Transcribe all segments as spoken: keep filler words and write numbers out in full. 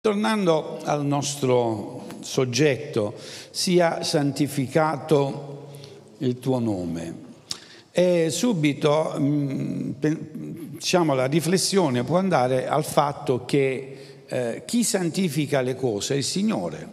Tornando al nostro soggetto, sia santificato il tuo nome. E subito diciamo, la riflessione può andare al fatto che eh, chi santifica le cose è il Signore.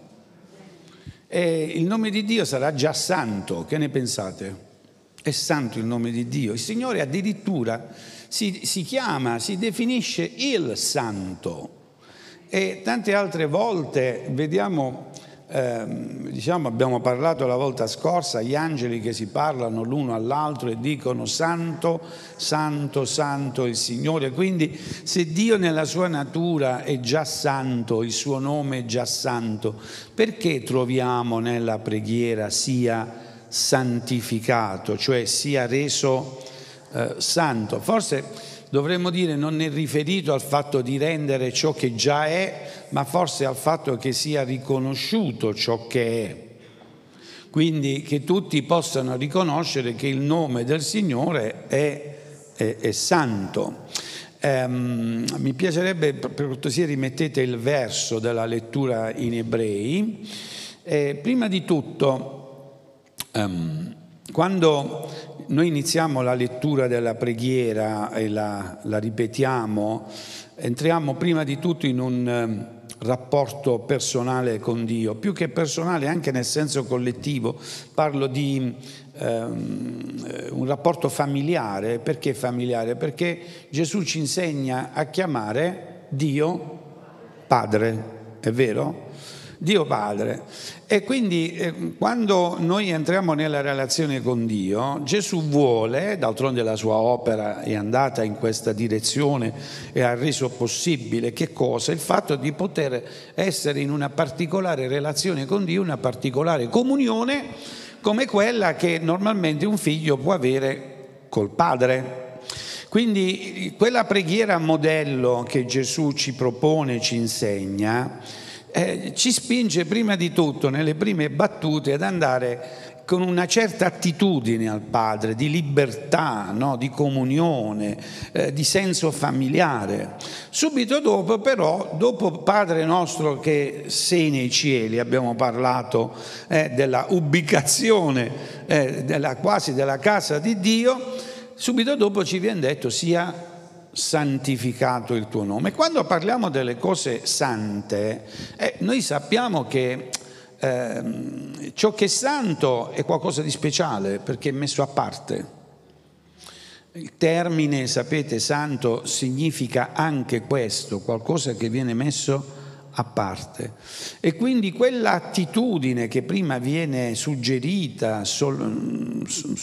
E il nome di Dio sarà già santo, che ne pensate? È santo il nome di Dio. Il Signore addirittura si, si chiama, si definisce il santo. E tante altre volte vediamo, eh, diciamo, abbiamo parlato la volta scorsa, gli angeli che si parlano l'uno all'altro e dicono santo, santo, santo il Signore. Quindi se Dio nella sua natura è già santo, il suo nome è già santo, perché troviamo nella preghiera sia santificato, cioè sia reso eh, santo? Forse dovremmo dire non è riferito al fatto di rendere ciò che già è, ma forse al fatto che sia riconosciuto ciò che è. Quindi che tutti possano riconoscere che il nome del Signore è, è, è santo. Um, mi piacerebbe, per cortesia, rimettete il verso della lettura in Ebrei. Eh, prima di tutto, um, quando noi iniziamo la lettura della preghiera e la, la ripetiamo, entriamo prima di tutto in un um, rapporto personale con Dio, più che personale anche nel senso collettivo, parlo di um, un rapporto familiare. Perché familiare? Perché Gesù ci insegna a chiamare Dio Padre, è vero? Dio Padre. E quindi eh, quando noi entriamo nella relazione con Dio, Gesù vuole, d'altronde la sua opera è andata in questa direzione e ha reso possibile che cosa? Il fatto di poter essere in una particolare relazione con Dio, una particolare comunione come quella che normalmente un figlio può avere col Padre. Quindi quella preghiera modello che Gesù ci propone, ci insegna, Eh, ci spinge prima di tutto nelle prime battute ad andare con una certa attitudine al Padre, di libertà, no? Di comunione, eh, di senso familiare. Subito dopo però, dopo Padre nostro che sei nei cieli, abbiamo parlato eh, della ubicazione, eh, della, quasi della casa di Dio, subito dopo ci viene detto sia santificato il tuo nome. Quando parliamo delle cose sante, eh, noi sappiamo che eh, ciò che è santo è qualcosa di speciale perché è messo a parte. Il termine, sapete, santo significa anche questo, qualcosa che viene messo a parte. E quindi quell'attitudine che prima viene suggerita, sol,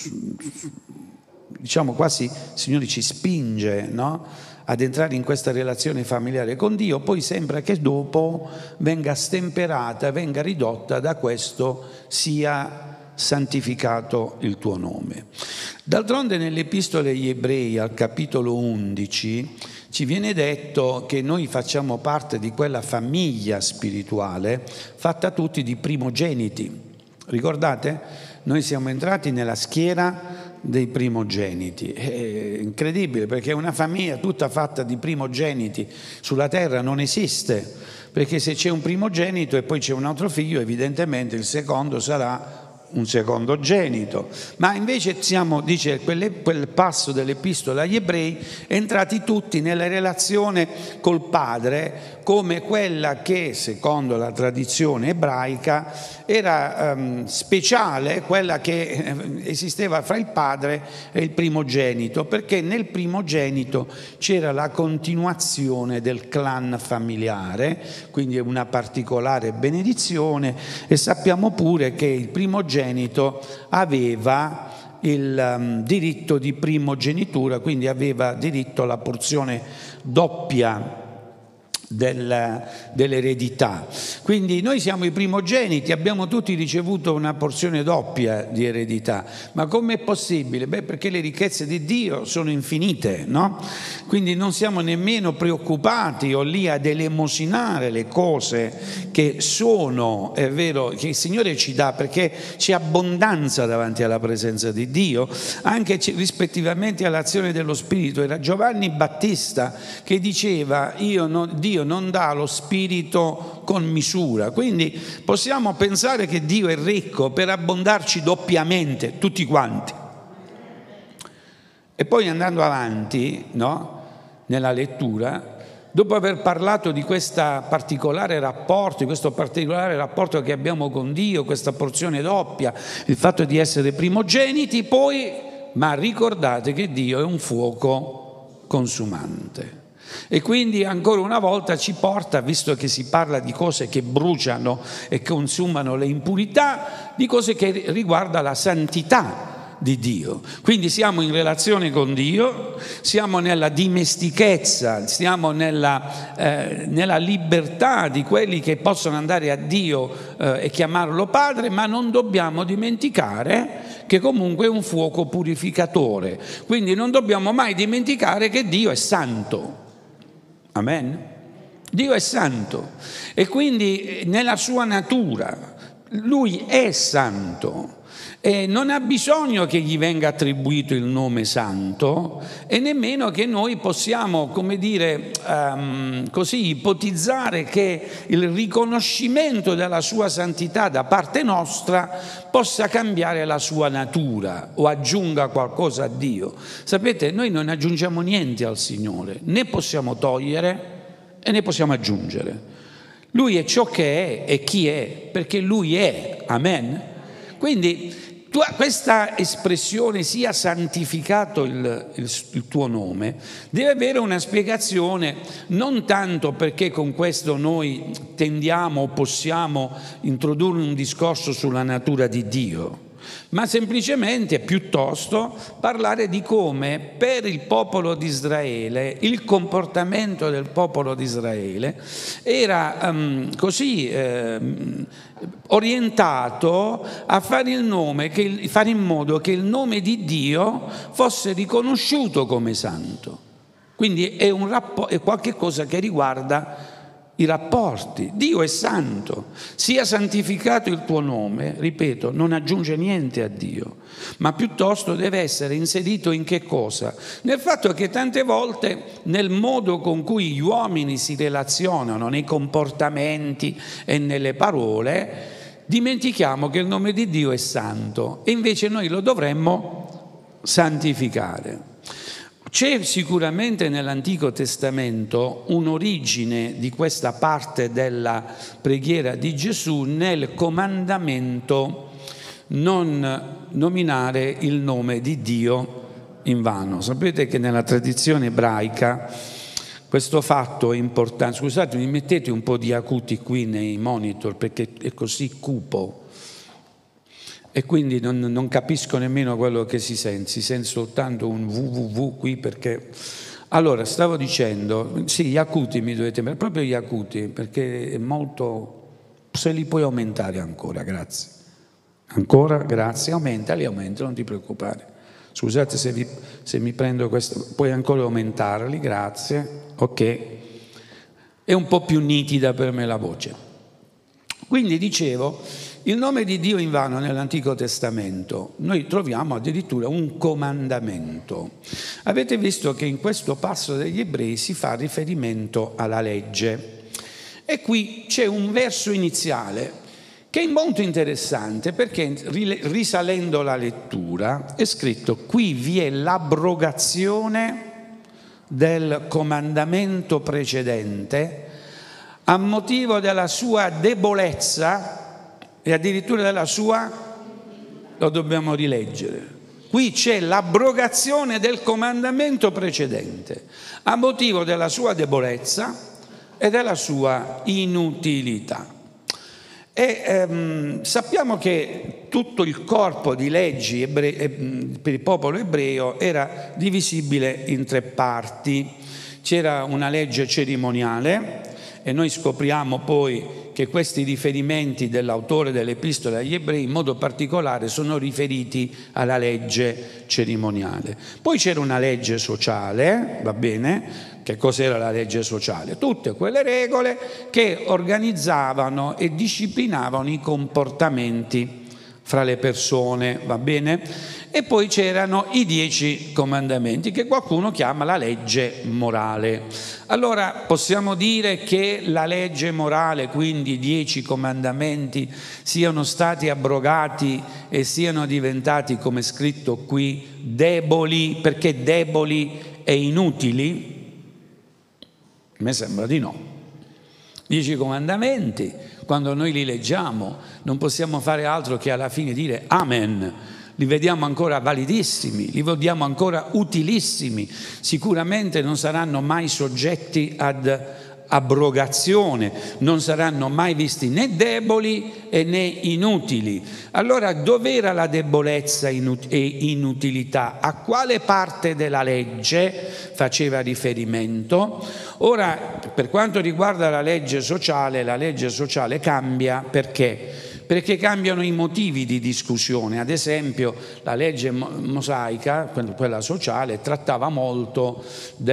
diciamo quasi, Signore ci spinge, no? Ad entrare in questa relazione familiare con Dio, poi sembra che dopo venga stemperata, venga ridotta da questo sia santificato il tuo nome. D'altronde nell'Epistola agli Ebrei al capitolo undici ci viene detto che noi facciamo parte di quella famiglia spirituale fatta tutti di primogeniti. Ricordate? Noi siamo entrati nella schiera dei primogeniti. È incredibile perché una famiglia tutta fatta di primogeniti sulla terra non esiste, perché se c'è un primogenito e poi c'è un altro figlio, evidentemente il secondo sarà un secondogenito. Ma invece siamo, dice quelle, quel passo dell'Epistola agli Ebrei, entrati tutti nella relazione col Padre come quella che, secondo la tradizione ebraica, era um, speciale, quella che esisteva fra il padre e il primogenito, perché nel primogenito c'era la continuazione del clan familiare, quindi una particolare benedizione, e sappiamo pure che il primogenito aveva il um, diritto di primogenitura, quindi aveva diritto alla porzione doppia Del, dell'eredità. Quindi noi siamo i primogeniti, abbiamo tutti ricevuto una porzione doppia di eredità. Ma com'è possibile? Beh, perché le ricchezze di Dio sono infinite, no? Quindi non siamo nemmeno preoccupati o lì ad elemosinare le cose che sono, è vero, che il Signore ci dà, perché c'è abbondanza davanti alla presenza di Dio, anche rispettivamente all'azione dello Spirito. Era Giovanni Battista che diceva: io non, Dio Dio non dà lo spirito con misura, quindi possiamo pensare che Dio è ricco per abbondarci doppiamente, tutti quanti. E poi andando avanti, no, nella lettura, dopo aver parlato di questo particolare rapporto, di questo particolare rapporto che abbiamo con Dio, questa porzione doppia, il fatto di essere primogeniti, poi, ma ricordate che Dio è un fuoco consumante. E quindi ancora una volta ci porta, visto che si parla di cose che bruciano e consumano le impurità, di cose che riguarda la santità di Dio. Quindi siamo in relazione con Dio, siamo nella dimestichezza, siamo nella, eh, nella libertà di quelli che possono andare a Dio eh, e chiamarlo Padre, ma non dobbiamo dimenticare che comunque è un fuoco purificatore. Quindi non dobbiamo mai dimenticare che Dio è santo. Amen? Dio è santo e quindi nella sua natura Lui è santo. E non ha bisogno che gli venga attribuito il nome santo e nemmeno che noi possiamo, come dire, um, così ipotizzare che il riconoscimento della sua santità da parte nostra possa cambiare la sua natura o aggiunga qualcosa a Dio. Sapete, noi non aggiungiamo niente al Signore, né possiamo togliere e né possiamo aggiungere. Lui è ciò che è e chi è, perché Lui è. Amen? Quindi questa espressione sia santificato il, il, il tuo nome deve avere una spiegazione, non tanto perché con questo noi tendiamo o possiamo introdurre un discorso sulla natura di Dio, ma semplicemente piuttosto parlare di come per il popolo di Israele il comportamento del popolo di Israele era um, così um, orientato a fare, il nome che, fare in modo che il nome di Dio fosse riconosciuto come santo. Quindi è, un rappo- è qualche cosa che riguarda i rapporti. Dio è santo, sia santificato il tuo nome, ripeto, non aggiunge niente a Dio, ma piuttosto deve essere inserito in che cosa? Nel fatto che tante volte nel modo con cui gli uomini si relazionano, nei comportamenti e nelle parole, dimentichiamo che il nome di Dio è santo e invece noi lo dovremmo santificare. C'è sicuramente nell'Antico Testamento un'origine di questa parte della preghiera di Gesù nel comandamento non nominare il nome di Dio in vano. Sapete che nella tradizione ebraica questo fatto è importante. Scusate, mi mettete un po' di acuti qui nei monitor perché è così cupo. E quindi non, non capisco nemmeno quello che si sente, si sente soltanto un www qui perché... Allora, stavo dicendo, sì, gli acuti mi dovete mettere, proprio gli acuti, perché è molto... Se li puoi aumentare ancora, grazie. Ancora, grazie, aumentali, aumenta, non ti preoccupare. Scusate se, vi, se mi prendo questo, puoi ancora aumentarli, grazie, ok. È un po' più nitida per me la voce. Quindi dicevo... Il nome di Dio invano nell'Antico Testamento, noi troviamo addirittura un comandamento. Avete visto che in questo passo degli Ebrei si fa riferimento alla legge e qui c'è un verso iniziale che è molto interessante perché risalendo la lettura è scritto: qui vi è l'abrogazione del comandamento precedente a motivo della sua debolezza e addirittura della sua, lo dobbiamo rileggere. Qui c'è l'abrogazione del comandamento precedente a motivo della sua debolezza e della sua inutilità. E ehm, sappiamo che tutto il corpo di leggi ebre- per il popolo ebreo era divisibile in tre parti. C'era una legge cerimoniale e noi scopriamo poi che questi riferimenti dell'autore dell'Epistola agli Ebrei in modo particolare sono riferiti alla legge cerimoniale. Poi c'era una legge sociale, va bene? Che cos'era la legge sociale? Tutte quelle regole che organizzavano e disciplinavano i comportamenti fra le persone, va bene? E poi c'erano i dieci comandamenti, che qualcuno chiama la legge morale. Allora possiamo dire che la legge morale, quindi i dieci comandamenti, siano stati abrogati e siano diventati, come è scritto qui, deboli, perché deboli e inutili? A me sembra di no. Dieci comandamenti, quando noi li leggiamo, non possiamo fare altro che alla fine dire amen. Li vediamo ancora validissimi, li vediamo ancora utilissimi. Sicuramente non saranno mai soggetti ad abrogazione, non saranno mai visti né deboli né inutili. Allora, dov'era la debolezza e inutilità? A quale parte della legge faceva riferimento? Ora, per quanto riguarda la legge sociale, la legge sociale cambia perché? Perché cambiano i motivi di discussione. Ad esempio, la legge mosaica, quella sociale, trattava molto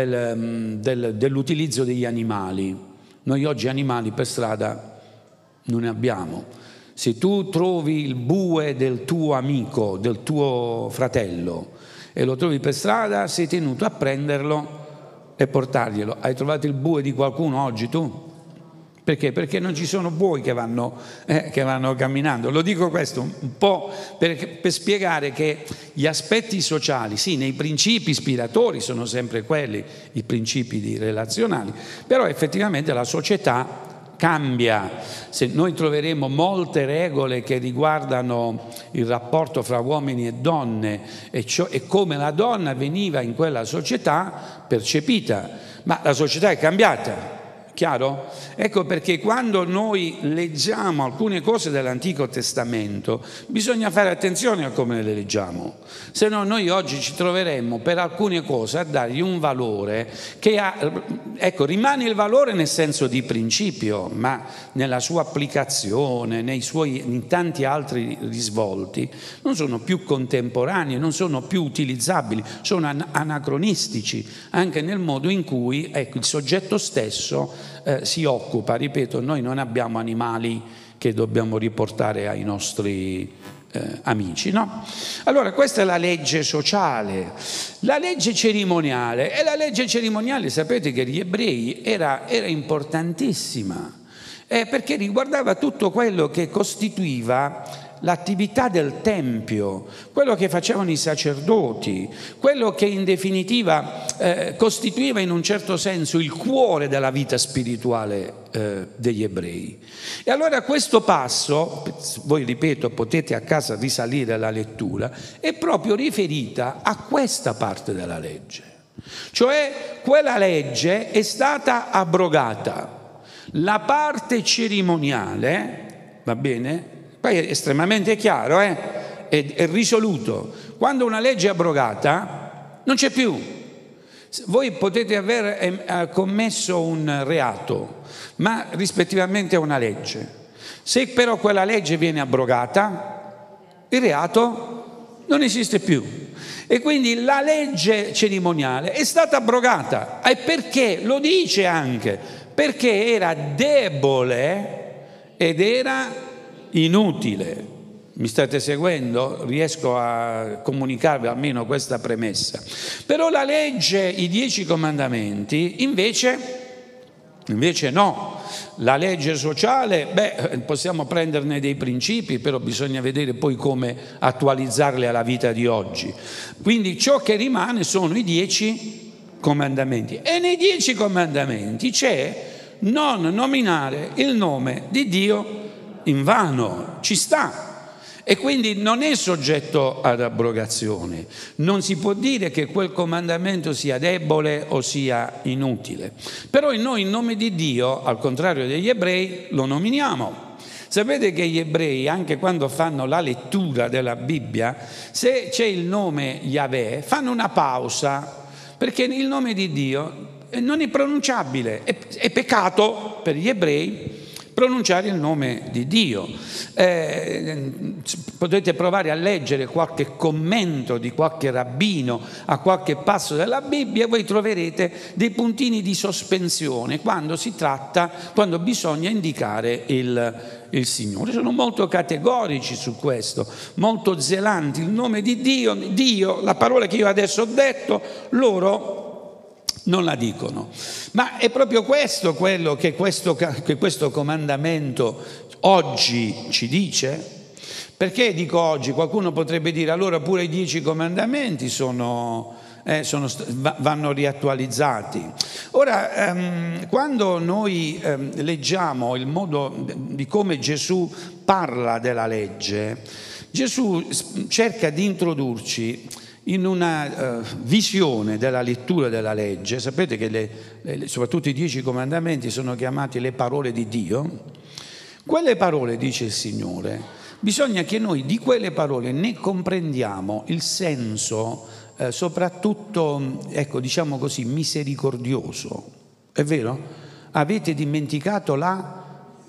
del, del, dell'utilizzo degli animali. Noi oggi animali per strada non ne abbiamo. Se tu trovi il bue del tuo amico, del tuo fratello, e lo trovi per strada, sei tenuto a prenderlo e portarglielo. Hai trovato il bue di qualcuno oggi tu? Perché? Perché non ci sono buoi che vanno, eh, che vanno camminando. Lo dico questo un po' per, per spiegare che gli aspetti sociali, sì, nei principi ispiratori sono sempre quelli, i principi di relazionali, però effettivamente la società cambia. Se noi troveremo molte regole che riguardano il rapporto fra uomini e donne e, ciò, e come la donna veniva in quella società percepita, ma la società è cambiata. Chiaro? Ecco perché quando noi leggiamo alcune cose dell'Antico Testamento bisogna fare attenzione a come le leggiamo, se no noi oggi ci troveremmo per alcune cose a dargli un valore che ha, ecco, rimane il valore nel senso di principio, ma nella sua applicazione, nei suoi, in tanti altri risvolti, non sono più contemporanei, non sono più utilizzabili, sono anacronistici anche nel modo in cui, ecco, il soggetto stesso Eh, si occupa. Ripeto, noi non abbiamo animali che dobbiamo riportare ai nostri eh, amici, no? Allora questa è la legge sociale. La legge cerimoniale, e la legge cerimoniale sapete che gli ebrei era, era importantissima, eh, perché riguardava tutto quello che costituiva l'attività del Tempio, quello che facevano i sacerdoti, quello che in definitiva eh, costituiva in un certo senso il cuore della vita spirituale eh, degli ebrei. E allora questo passo, voi ripeto, potete a casa risalire alla lettura, è proprio riferita a questa parte della legge. Cioè quella legge è stata abrogata. La parte cerimoniale, va bene? Poi è estremamente chiaro, eh? è, è risoluto. Quando una legge è abrogata non c'è più. Voi potete aver eh, commesso un reato, ma rispettivamente a una legge. Se però quella legge viene abrogata, il reato non esiste più. E quindi la legge cerimoniale è stata abrogata. E perché? Lo dice anche, perché era debole ed era inutile. Mi state seguendo? Riesco a comunicarvi almeno questa premessa. Però la legge, i dieci comandamenti, invece, invece no. La legge sociale, beh, possiamo prenderne dei principi, però bisogna vedere poi come attualizzarli alla vita di oggi. Quindi ciò che rimane sono i dieci comandamenti. E nei dieci comandamenti c'è non nominare il nome di Dio in vano, ci sta, e quindi non è soggetto ad abrogazione. Non si può dire che quel comandamento sia debole o sia inutile, però noi in nome di Dio, al contrario degli ebrei, lo nominiamo. Sapete che gli ebrei, anche quando fanno la lettura della Bibbia, se c'è il nome Yahweh, fanno una pausa, perché il nome di Dio non è pronunciabile, è, è peccato per gli ebrei pronunciare il nome di Dio. Eh, potete provare a leggere qualche commento di qualche rabbino a qualche passo della Bibbia e voi troverete dei puntini di sospensione quando si tratta, quando bisogna indicare il, il Signore. Sono molto categorici su questo, molto zelanti. Il nome di Dio, Dio, la parola che io adesso ho detto, loro non la dicono. Ma è proprio questo quello che questo, che questo comandamento oggi ci dice? Perché dico oggi? Qualcuno potrebbe dire allora pure i dieci comandamenti sono, eh, sono, vanno riattualizzati. Ora, ehm, quando noi ehm, leggiamo il modo di come Gesù parla della legge, Gesù cerca di introdurci in una uh, visione della lettura della legge. Sapete che le, le, soprattutto i dieci comandamenti sono chiamati le parole di Dio. Quelle parole, dice il Signore, bisogna che noi di quelle parole ne comprendiamo il senso, eh, soprattutto, ecco, diciamo così, misericordioso. È vero? Avete dimenticato la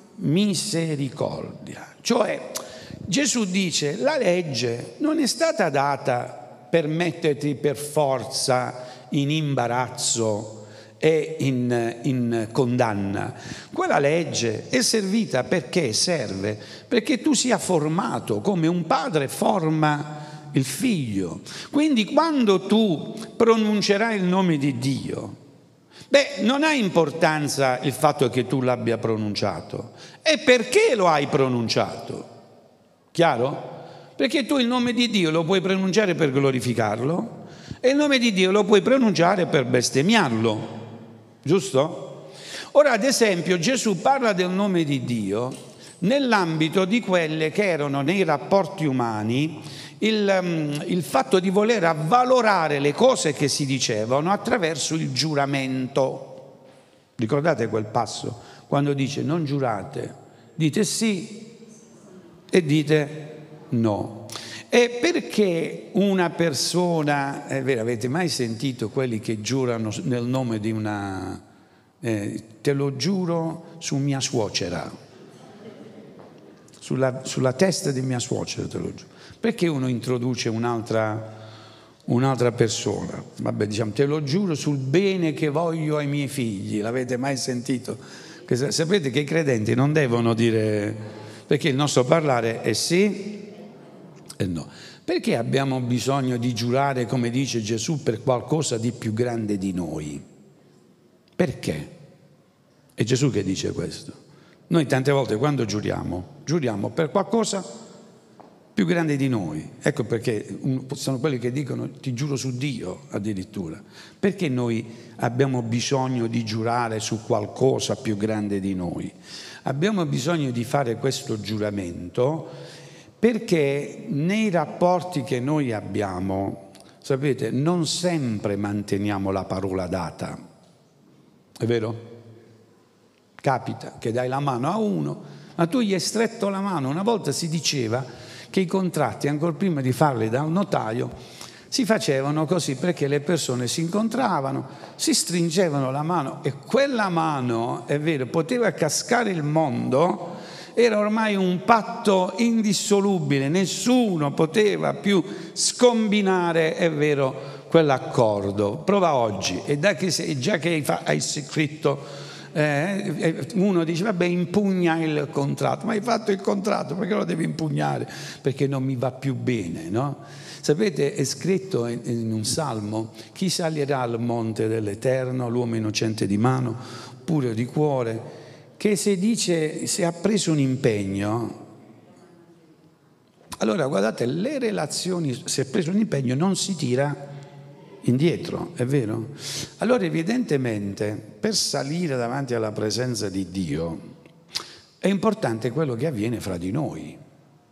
misericordia. Cioè, Gesù dice, la legge non è stata data per metterti per forza in imbarazzo e in, in condanna. Quella legge è servita perché serve, perché tu sia formato come un padre forma il figlio. Quindi quando tu pronuncerai il nome di Dio, beh, non ha importanza il fatto che tu l'abbia pronunciato, è perché lo hai pronunciato. Chiaro? Perché tu il nome di Dio lo puoi pronunciare per glorificarlo e il nome di Dio lo puoi pronunciare per bestemmiarlo, giusto? Ora, ad esempio, Gesù parla del nome di Dio nell'ambito di quelle che erano nei rapporti umani il, il fatto di voler avvalorare le cose che si dicevano attraverso il giuramento. Ricordate quel passo? Quando dice non giurate, dite sì e dite no. E perché una persona, è vero, avete mai sentito quelli che giurano nel nome di una, eh, te lo giuro su mia suocera, sulla, sulla testa di mia suocera te lo giuro. Perché uno introduce un'altra, un'altra persona? Vabbè, diciamo, te lo giuro sul bene che voglio ai miei figli, l'avete mai sentito? Sapete che i credenti non devono dire, perché il nostro parlare è sì e no. Perché abbiamo bisogno di giurare, come dice Gesù, per qualcosa di più grande di noi? Perché? È Gesù che dice questo. Noi tante volte quando giuriamo, giuriamo per qualcosa più grande di noi. Ecco perché sono quelli che dicono ti giuro su Dio addirittura. Perché noi abbiamo bisogno di giurare su qualcosa più grande di noi? Abbiamo bisogno di fare questo giuramento perché nei rapporti che noi abbiamo, sapete, non sempre manteniamo la parola data. È vero? Capita che dai la mano a uno, ma tu gli hai stretto la mano. Una volta si diceva che i contratti, ancora prima di farli da un notaio, si facevano così perché le persone si incontravano, si stringevano la mano e quella mano, è vero, poteva cascare il mondo. Era ormai un patto indissolubile, nessuno poteva più scombinare, è vero, quell'accordo. Prova oggi, e da che sei, già che hai scritto, eh, uno dice vabbè impugna il contratto, ma hai fatto il contratto, perché lo devi impugnare? Perché non mi va più bene, no? Sapete, è scritto in un salmo, chi salirà al monte dell'Eterno, l'uomo innocente di mano, puro di cuore, che se dice, se ha preso un impegno, allora guardate, le relazioni, se ha preso un impegno non si tira indietro, è vero? Allora evidentemente per salire davanti alla presenza di Dio è importante quello che avviene fra di noi.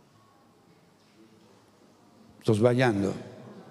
Sto sbagliando?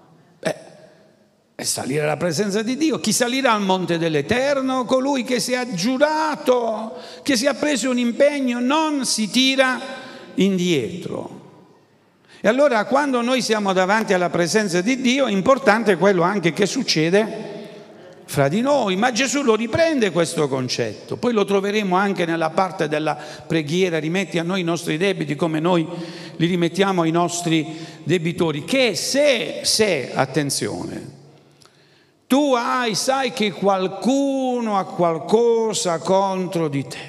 E salire alla presenza di Dio. Chi salirà al monte dell'Eterno? Colui che si è giurato, che si è preso un impegno, non si tira indietro. E allora quando noi siamo davanti alla presenza di Dio è importante quello anche che succede fra di noi, ma Gesù lo riprende questo concetto. Poi lo troveremo anche nella parte della preghiera, rimetti a noi i nostri debiti come noi li rimettiamo ai nostri debitori, che se, se, attenzione, tu hai, sai che qualcuno ha qualcosa contro di te,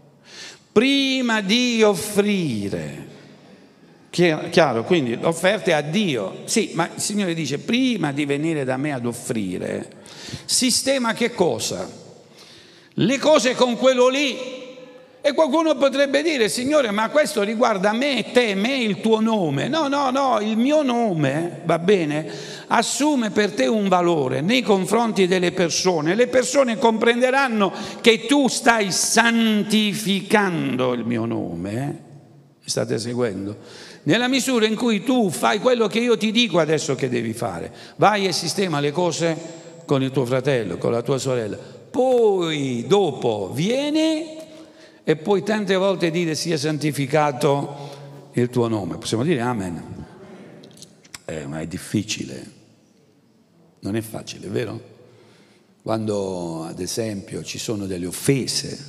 prima di offrire, chiaro, quindi l'offerta è a Dio, sì, ma il Signore dice prima di venire da me ad offrire, sistema che cosa? Le cose con quello lì. E qualcuno potrebbe dire, Signore, ma questo riguarda me, te, me, il tuo nome. No, no, no, il mio nome, va bene, assume per te un valore nei confronti delle persone. Le persone comprenderanno che tu stai santificando il mio nome. Eh? Mi state seguendo? Nella misura in cui tu fai quello che io ti dico adesso che devi fare. Vai e sistema le cose con il tuo fratello, con la tua sorella. Poi, dopo, vieni e poi tante volte dire sia santificato il tuo nome. Possiamo dire amen? Eh, ma è difficile, non è facile, vero? Quando ad esempio ci sono delle offese,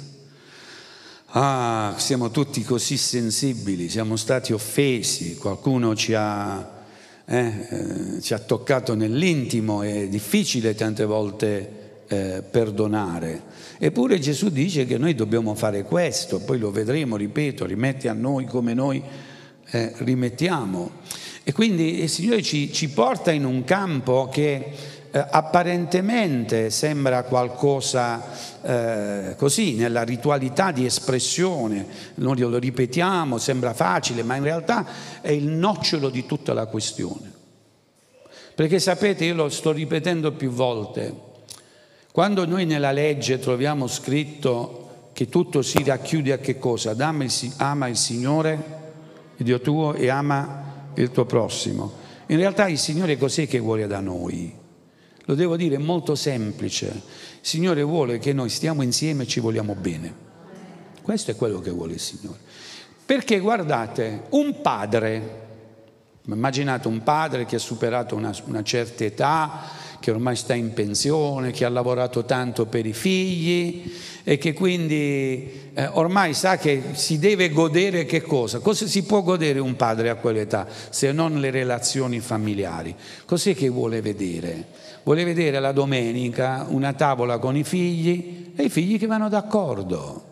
ah, siamo tutti così sensibili, siamo stati offesi, qualcuno ci ha, eh, eh, ci ha toccato nell'intimo, è difficile tante volte eh, perdonare. Eppure Gesù dice che noi dobbiamo fare questo, poi lo vedremo, ripeto, rimetti a noi come noi eh, rimettiamo. E quindi il Signore ci, ci porta in un campo che eh, apparentemente sembra qualcosa eh, così, nella ritualità di espressione, noi lo ripetiamo, sembra facile, ma in realtà è il nocciolo di tutta la questione. Perché sapete, io lo sto ripetendo più volte, quando noi nella legge troviamo scritto che tutto si racchiude a che cosa? Ad ama, il, ama il Signore, il Dio tuo, e ama il tuo prossimo. In realtà il Signore cos'è che vuole da noi? Lo devo dire molto semplice. Il Signore vuole che noi stiamo insieme e ci vogliamo bene. Questo è quello che vuole il Signore. Perché guardate, un padre, immaginate un padre che ha superato una, una certa età, che ormai sta in pensione, che ha lavorato tanto per i figli e che quindi eh, ormai sa che si deve godere che cosa? Cosa si può godere un padre a quell'età se non le relazioni familiari? Cos'è che vuole vedere? Vuole vedere la domenica una tavola con i figli e i figli che vanno d'accordo.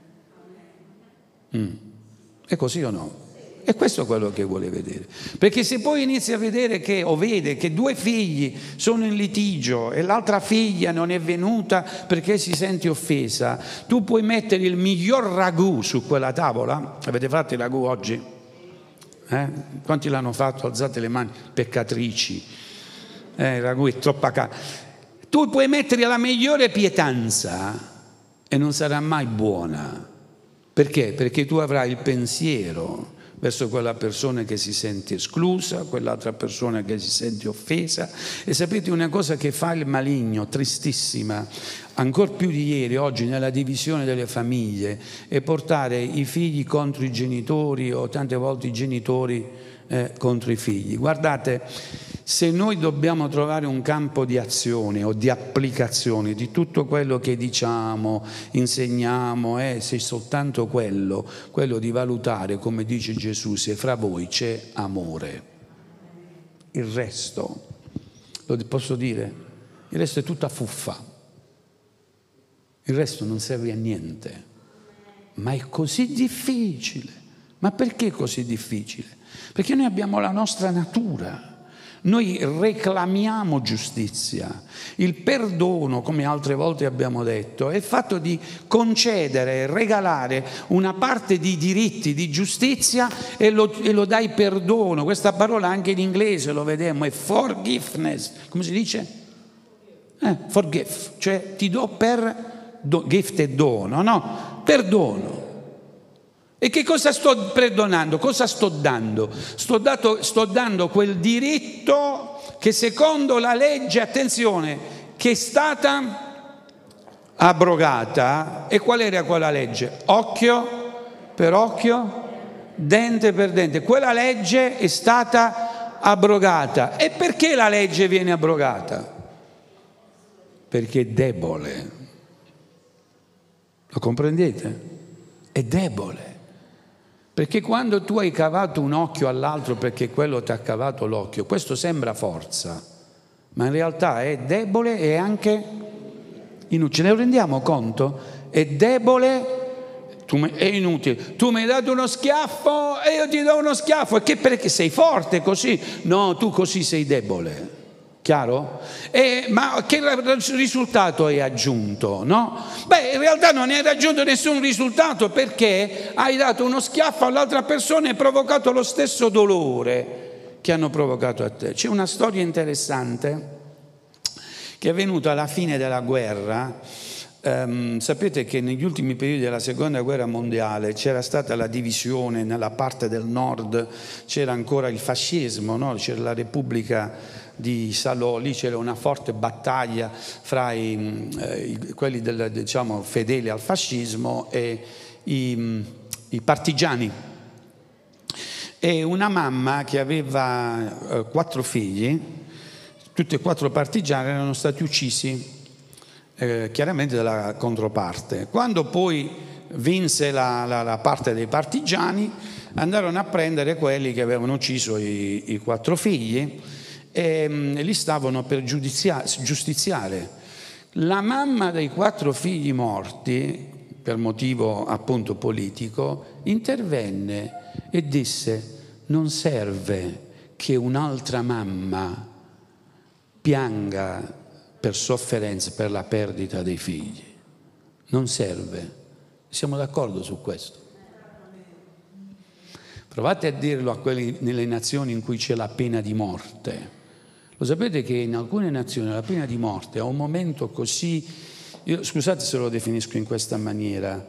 Mm. È così o no? E questo è quello che vuole vedere, perché se poi inizi a vedere che, o vede che due figli sono in litigio e l'altra figlia non è venuta perché si sente offesa, tu puoi mettere il miglior ragù su quella tavola. Avete fatto il ragù oggi? Eh? Quanti l'hanno fatto? Alzate le mani, peccatrici. Eh, il ragù è troppa carne. Tu puoi mettere la migliore pietanza e non sarà mai buona. Perché? Perché tu avrai il pensiero verso quella persona che si sente esclusa, quell'altra persona che si sente offesa. E sapete una cosa che fa il maligno, tristissima, ancora più di ieri, oggi, nella divisione delle famiglie, è portare i figli contro i genitori o tante volte i genitori eh, contro i figli. Guardate, se noi dobbiamo trovare un campo di azione o di applicazione di tutto quello che diciamo, insegniamo, eh, se soltanto quello, quello di valutare, come dice Gesù, se fra voi c'è amore. Il resto, lo posso dire, il resto è tutta fuffa. Il resto non serve a niente. Ma è così difficile. Ma perché così difficile? Perché noi abbiamo la nostra natura. Noi reclamiamo giustizia. Il perdono, come altre volte abbiamo detto, è fatto di concedere, regalare una parte di diritti, di giustizia e lo, e lo dai perdono. Questa parola anche in inglese lo vediamo, è forgiveness. Come si dice? Eh, forgive, cioè ti do per, do, gift è dono, no? Perdono. E che cosa sto perdonando? Cosa sto dando? Sto, dato, sto dando quel diritto che secondo la legge, attenzione, che è stata abrogata. E qual era quella legge? Occhio per occhio, dente per dente. Quella legge è stata abrogata. E perché la legge viene abrogata? perché è debole. Lo comprendete? È debole. Perché quando tu hai cavato un occhio all'altro perché quello ti ha cavato l'occhio, questo sembra forza, ma in realtà è debole e anche inutile. Ce ne rendiamo conto? È debole, tu mi, è inutile. Tu mi hai dato uno schiaffo e io ti do uno schiaffo. E che perché sei forte così? No, tu così sei debole. Chiaro? E, ma che risultato hai aggiunto? No? Beh, in realtà non hai raggiunto nessun risultato perché hai dato uno schiaffo all'altra persona e hai provocato lo stesso dolore che hanno provocato a te. C'è una storia interessante che è avvenuta alla fine della guerra. Um, sapete che negli ultimi periodi della seconda guerra mondiale c'era stata la divisione, nella parte del nord c'era ancora il fascismo, no? C'era la Repubblica di Salò, lì c'era una forte battaglia fra i, eh, quelli del, diciamo, fedeli al fascismo e i, i partigiani. E una mamma che aveva eh, quattro figli, tutti e quattro partigiani, erano stati uccisi eh, chiaramente dalla controparte. Quando poi vinse la, la, la parte dei partigiani, andarono a prendere quelli che avevano ucciso i, i quattro figli e mh, li stavano per giustiziare. La mamma dei quattro figli morti, per motivo appunto politico, intervenne e disse: non serve che un'altra mamma pianga per sofferenza per la perdita dei figli, non serve. Siamo d'accordo su questo? Provate a dirlo a quelli nelle nazioni in cui c'è la pena di morte. Lo sapete che in alcune nazioni la pena di morte a un momento così, io, scusate se lo definisco in questa maniera,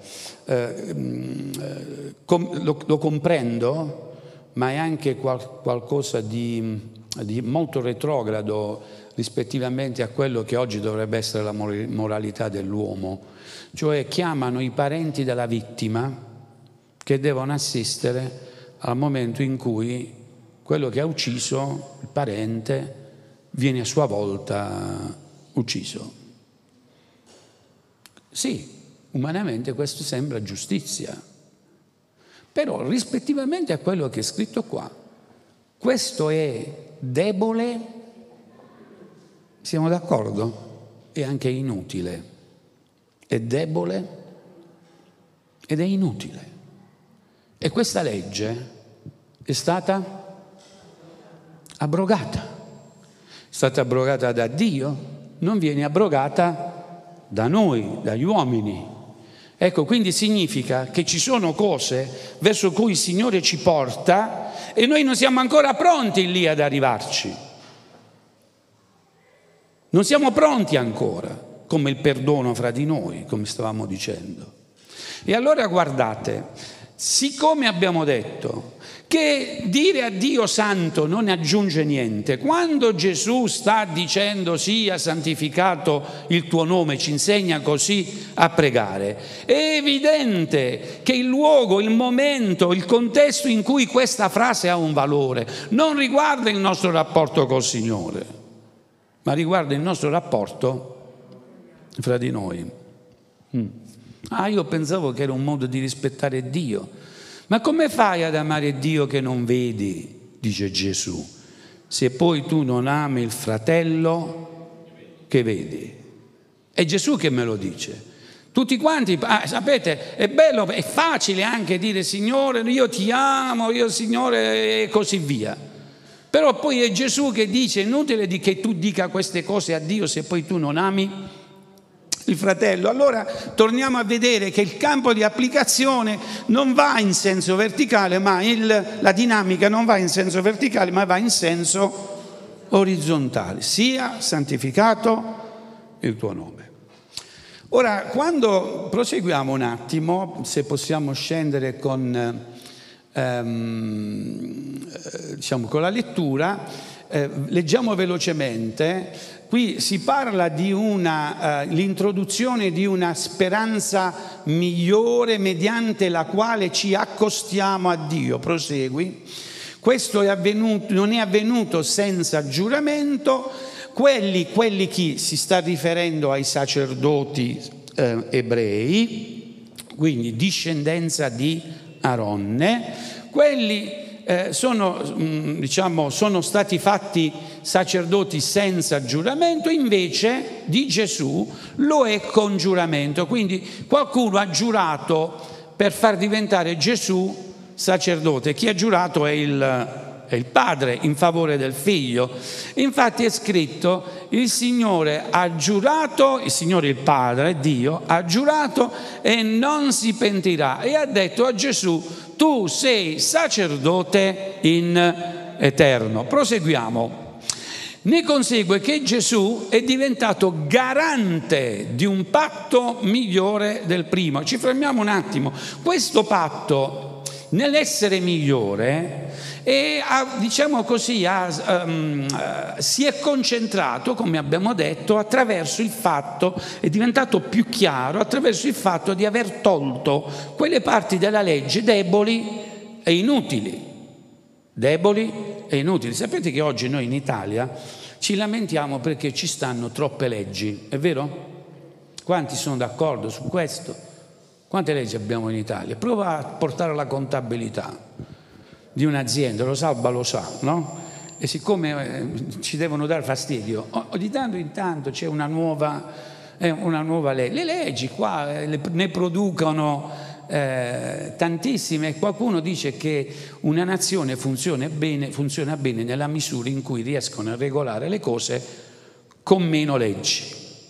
eh, com, lo, lo comprendo, ma è anche qual, qualcosa di, di molto retrogrado rispettivamente a quello che oggi dovrebbe essere la moralità dell'uomo. Cioè chiamano i parenti della vittima che devono assistere al momento in cui quello che ha ucciso, il parente, viene a sua volta ucciso. Sì, umanamente questo sembra giustizia, però rispettivamente a quello che è scritto qua, questo è debole, siamo d'accordo? È anche inutile, è debole ed è inutile. E questa legge è stata abrogata. È stata abrogata da Dio, non viene abrogata da noi, dagli uomini. Ecco, quindi significa che ci sono cose verso cui il Signore ci porta e noi non siamo ancora pronti lì ad arrivarci. Non siamo pronti ancora, come il perdono fra di noi, come stavamo dicendo. E allora guardate, siccome abbiamo detto che dire a Dio santo non ne aggiunge niente, quando Gesù sta dicendo sia santificato il tuo nome, ci insegna così a pregare, è evidente che il luogo, il momento, il contesto in cui questa frase ha un valore non riguarda il nostro rapporto col Signore, ma riguarda il nostro rapporto fra di noi. Mm. Ah, io pensavo che era un modo di rispettare Dio. Ma come fai ad amare Dio che non vedi, dice Gesù, se poi tu non ami il fratello che vedi? È Gesù che me lo dice. Tutti quanti, ah, sapete, è bello, è facile anche dire Signore, io ti amo, io Signore e così via. Però poi è Gesù che dice, è inutile che tu dica queste cose a Dio se poi tu non ami il fratello. Allora torniamo a vedere che il campo di applicazione non va in senso verticale, ma il, la dinamica non va in senso verticale, ma va in senso orizzontale. Sia santificato il tuo nome. Ora, quando proseguiamo un attimo, se possiamo scendere con, ehm, diciamo, con la lettura, eh, leggiamo velocemente. Qui si parla di una, uh, l'introduzione di una speranza migliore mediante la quale ci accostiamo a Dio. Prosegui. Questo è avvenuto, non è avvenuto senza giuramento, quelli, quelli chi si sta riferendo ai sacerdoti eh, ebrei, quindi discendenza di Aronne, quelli eh, sono, mh, diciamo, sono stati fatti sacerdoti senza giuramento, invece di Gesù lo è con giuramento. Quindi qualcuno ha giurato per far diventare Gesù sacerdote. Chi ha giurato è il è il padre in favore del figlio. Infatti è scritto: il Signore ha giurato, il Signore il Padre, Dio, ha giurato e non si pentirà, e ha detto a Gesù: tu sei sacerdote in eterno. Proseguiamo. Ne consegue che Gesù è diventato garante di un patto migliore del primo. Ci fermiamo un attimo. Questo patto, nell'essere migliore, e ha, diciamo così, ha, um, uh, si è concentrato, come abbiamo detto, attraverso il fatto, è diventato più chiaro attraverso il fatto di aver tolto quelle parti della legge deboli e inutili. Deboli e inutili. Sapete che oggi noi in Italia ci lamentiamo perché ci stanno troppe leggi, è vero? Quanti sono d'accordo su questo? Quante leggi abbiamo in Italia? Prova a portare la contabilità di un'azienda, lo Salva lo sa, no? E siccome eh, ci devono dar fastidio, oh, di tanto in tanto c'è una nuova, eh, una nuova legge. Le leggi qua eh, le, ne producono eh, tantissime, e qualcuno dice che una nazione funziona bene, funziona bene nella misura in cui riescono a regolare le cose con meno leggi.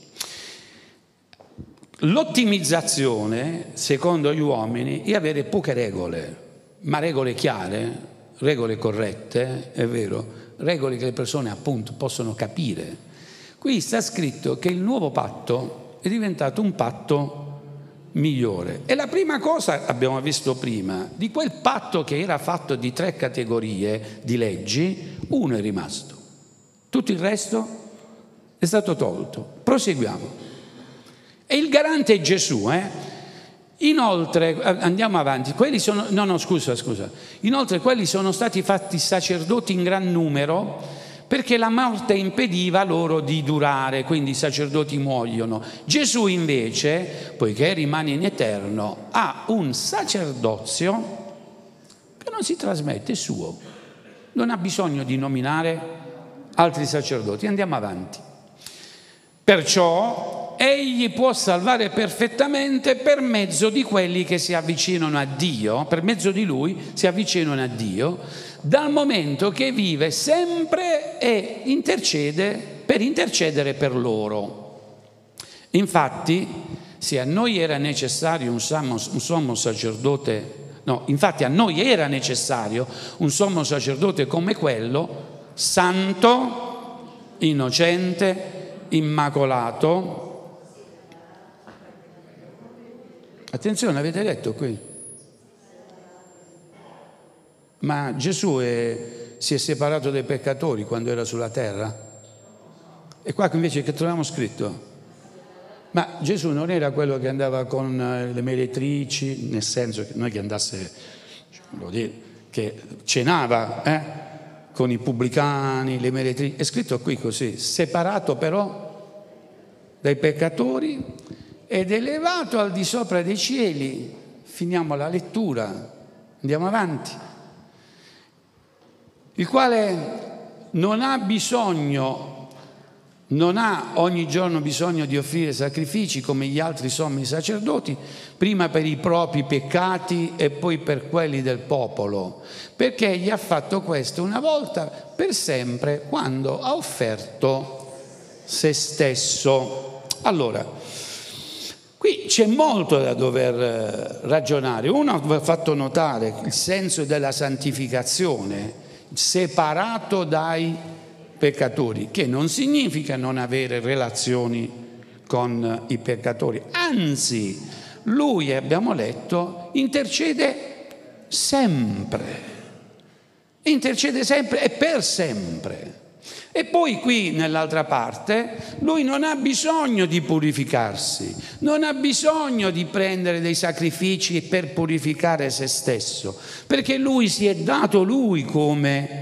L'ottimizzazione, secondo gli uomini, è avere poche regole, ma regole chiare, regole corrette, è vero, regole che le persone appunto possono capire. Qui sta scritto che il nuovo patto è diventato un patto migliore. E la prima cosa, abbiamo visto prima, di quel patto che era fatto di tre categorie di leggi, uno è rimasto. Tutto il resto è stato tolto. Proseguiamo. E il garante è Gesù, eh? Inoltre, andiamo avanti, quelli sono, no no scusa scusa, inoltre quelli sono stati fatti sacerdoti in gran numero perché la morte impediva loro di durare, quindi i sacerdoti muoiono. Gesù invece, poiché rimane in eterno, ha un sacerdozio che non si trasmette, è suo, non ha bisogno di nominare altri sacerdoti. Andiamo avanti. Perciò egli può salvare perfettamente per mezzo di quelli che si avvicinano a Dio, per mezzo di lui si avvicinano a Dio, dal momento che vive sempre e intercede per intercedere per loro. Infatti, se a noi era necessario un sommo, un sommo sacerdote, no, infatti a noi era necessario un sommo sacerdote come quello, santo, innocente, immacolato. Attenzione, avete letto qui? Ma Gesù è, si è separato dai peccatori quando era sulla terra? E qua invece che troviamo scritto? Ma Gesù non era quello che andava con le meretrici, nel senso che non è che andasse, voglio dire, che cenava eh, con i pubblicani, le meretrici. È scritto qui così: separato però dai peccatori ed elevato al di sopra dei cieli. Finiamo la lettura, andiamo avanti. Il quale non ha bisogno, non ha ogni giorno bisogno di offrire sacrifici come gli altri sommi sacerdoti, prima per i propri peccati e poi per quelli del popolo, perché gli ha fatto questo una volta per sempre quando ha offerto se stesso. Allora, qui c'è molto da dover ragionare. Uno ha fatto notare il senso della santificazione, separato dai peccatori, che non significa non avere relazioni con i peccatori. Anzi, lui, abbiamo letto, intercede sempre. Intercede sempre e per sempre. E poi qui nell'altra parte lui non ha bisogno di purificarsi, non ha bisogno di prendere dei sacrifici per purificare se stesso, perché lui si è dato lui come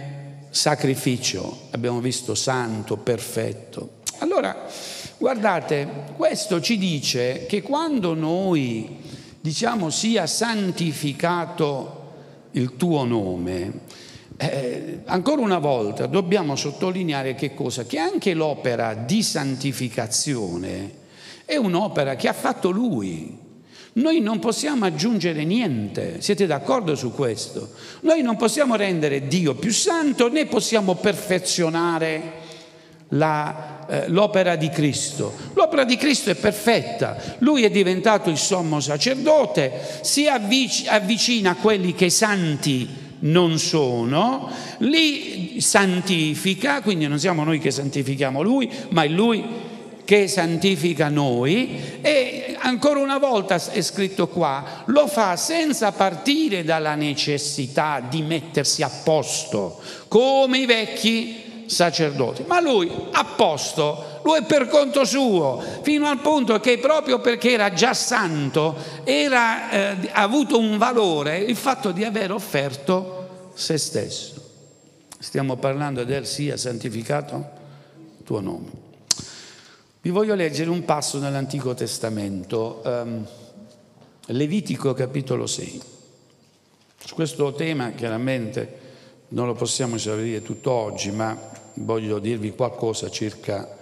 sacrificio, abbiamo visto santo, perfetto. Allora, guardate, questo ci dice che quando noi diciamo sia santificato il tuo nome, eh, ancora una volta dobbiamo sottolineare che cosa? Che anche l'opera di santificazione è un'opera che ha fatto Lui. Noi non possiamo aggiungere niente, siete d'accordo su questo? Noi non possiamo rendere Dio più santo, né possiamo perfezionare la, eh, l'opera di Cristo. L'opera di Cristo è perfetta, Lui è diventato il sommo sacerdote, si avvic- avvicina a quelli che santi non sono, li santifica, quindi non siamo noi che santifichiamo Lui, ma è Lui che santifica noi, e ancora una volta è scritto qua, lo fa senza partire dalla necessità di mettersi a posto come i vecchi sacerdoti, ma lui a posto, lui per conto suo, fino al punto che proprio perché era già santo era eh, avuto un valore il fatto di aver offerto se stesso. Stiamo parlando del sia santificato il tuo nome. Vi voglio leggere un passo nell'Antico Testamento, um, Levitico capitolo sei. Su questo tema chiaramente non lo possiamo esaurire tutto oggi, ma voglio dirvi qualcosa circa,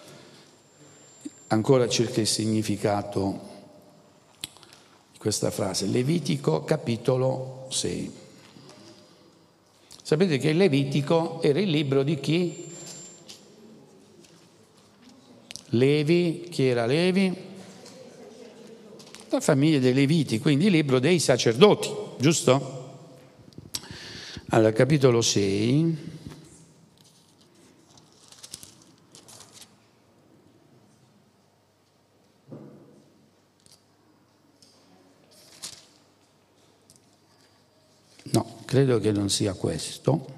ancora circa il significato di questa frase. Levitico capitolo sei. Sapete che il Levitico era il libro di chi? Levi, chi era Levi? La famiglia dei Leviti, quindi il libro dei sacerdoti, giusto? Allora, capitolo sei. No, credo che non sia questo.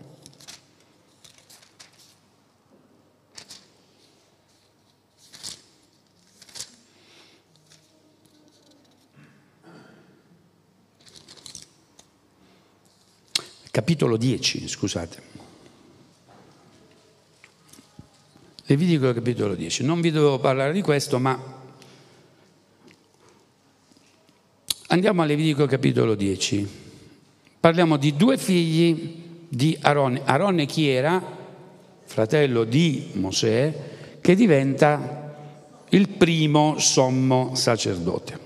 Capitolo dieci, scusate. Levitico capitolo dieci. Non vi dovevo parlare di questo, ma andiamo a Levitico capitolo dieci. Parliamo di due figli di Aronne. Aronne chi era? Fratello di Mosè, che diventa il primo sommo sacerdote.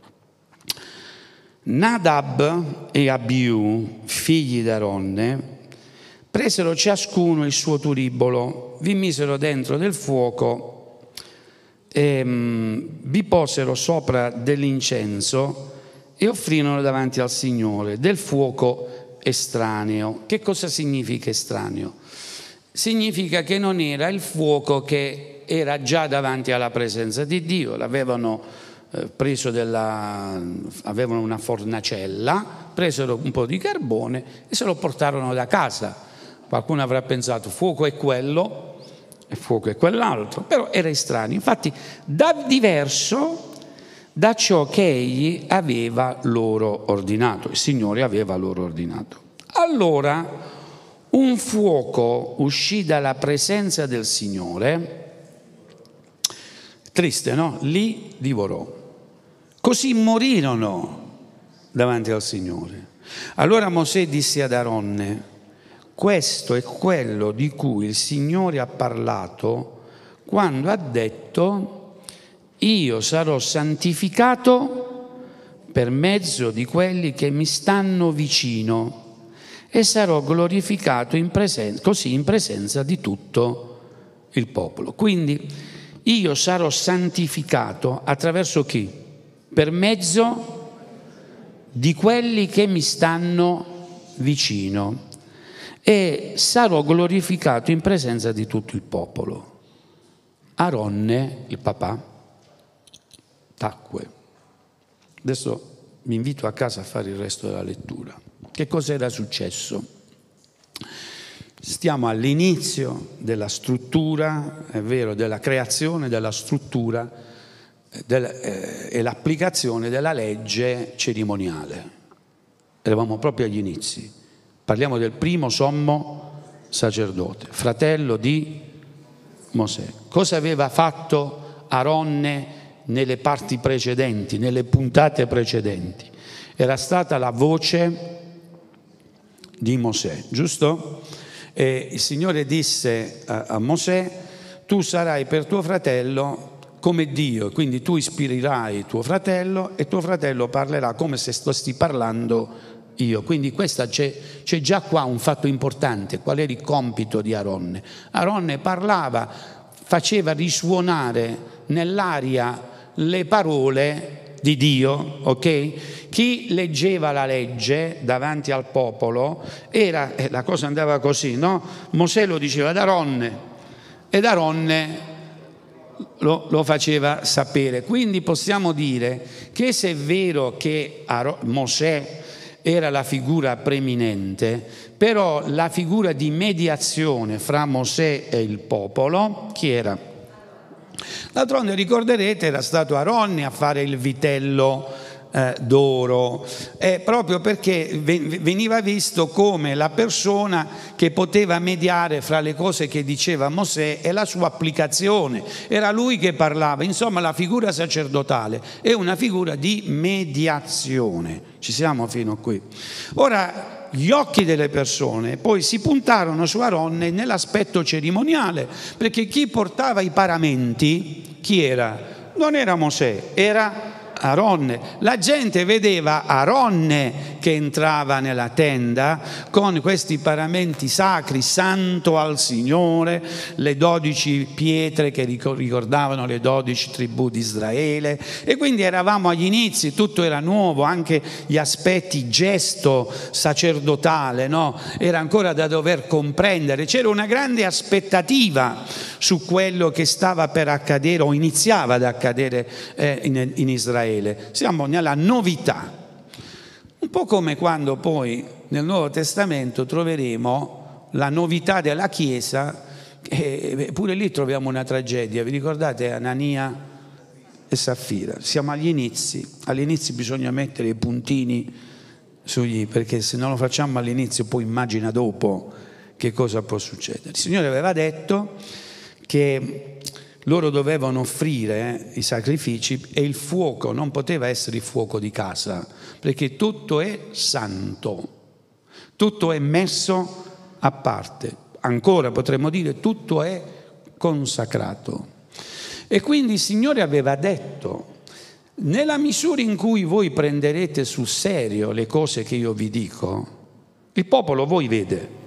Nadab e Abiù, figli d'Aronne, presero ciascuno il suo turibolo, vi misero dentro del fuoco e um, vi posero sopra dell'incenso e offrirono davanti al Signore del fuoco estraneo. Che cosa significa estraneo? Significa che non era il fuoco che era già davanti alla presenza di Dio, l'avevano preso della, avevano una fornacella, presero un po' di carbone e se lo portarono da casa. Qualcuno avrà pensato fuoco è quello e fuoco è quell'altro, però era estraneo, infatti da diverso da ciò che egli aveva loro ordinato, il Signore aveva loro ordinato. Allora un fuoco uscì dalla presenza del Signore, triste, no? Li divorò. Così morirono davanti al Signore. Allora Mosè disse ad Aronne: questo è quello di cui il Signore ha parlato quando ha detto: io sarò santificato per mezzo di quelli che mi stanno vicino e sarò glorificato in presenza, così in presenza di tutto il popolo. Quindi io sarò santificato attraverso chi? Per mezzo di quelli che mi stanno vicino e sarò glorificato in presenza di tutto il popolo. Aronne, il papà, tacque. Adesso vi invito a casa a fare il resto della lettura. Che cosa era successo? Stiamo all'inizio della struttura, è vero, della creazione della struttura Del, eh, e l'applicazione della legge cerimoniale. Eravamo proprio agli inizi. Parliamo del primo sommo sacerdote, fratello di Mosè. Cosa aveva fatto Aronne nelle parti precedenti, nelle puntate precedenti? Era stata la voce di Mosè, giusto? E il Signore disse a, a Mosè: tu sarai per tuo fratello come Dio, quindi tu ispirerai tuo fratello e tuo fratello parlerà come se stessi parlando io. Quindi questa c'è, c'è già qua un fatto importante. Qual era il compito di Aronne? Aronne parlava, faceva risuonare nell'aria le parole di Dio, ok? Chi leggeva la legge davanti al popolo era, eh, la cosa andava così, no? Mosè lo diceva ad Aronne ed Aronne Lo, lo faceva sapere. Quindi possiamo dire che se è vero che Aro- Mosè era la figura preeminente, però la figura di mediazione fra Mosè e il popolo, chi era? D'altronde ricorderete, era stato Aronne a fare il vitello eh, d'oro, eh, proprio perché veniva visto come la persona che poteva mediare fra le cose che diceva Mosè e la sua applicazione. Era lui che parlava. Insomma, la figura sacerdotale è una figura di mediazione. Ci siamo fino a qui. Ora, gli occhi delle persone poi si puntarono su Aronne nell'aspetto cerimoniale, perché chi portava i paramenti, chi era? Non era Mosè, era Aronne. La gente vedeva Aronne che entrava nella tenda con questi paramenti sacri, santo al Signore, le dodici pietre che ricordavano le dodici tribù di Israele, e quindi eravamo agli inizi, tutto era nuovo, anche gli aspetti gesto sacerdotale, no? Era ancora da dover comprendere, c'era una grande aspettativa su quello che stava per accadere o iniziava ad accadere eh, in, in Israele. Siamo nella novità, un po' come quando poi nel Nuovo Testamento troveremo la novità della Chiesa, e pure lì troviamo una tragedia. Vi ricordate Anania e Saffira? Siamo agli inizi, all'inizio bisogna mettere i puntini sugli, perché se non lo facciamo all'inizio poi immagina dopo che cosa può succedere. Il Signore aveva detto che loro dovevano offrire eh, i sacrifici, e il fuoco non poteva essere il fuoco di casa, perché tutto è santo, tutto è messo a parte. Ancora potremmo dire tutto è consacrato. E quindi il Signore aveva detto: nella misura in cui voi prenderete sul serio le cose che io vi dico, il popolo voi vede.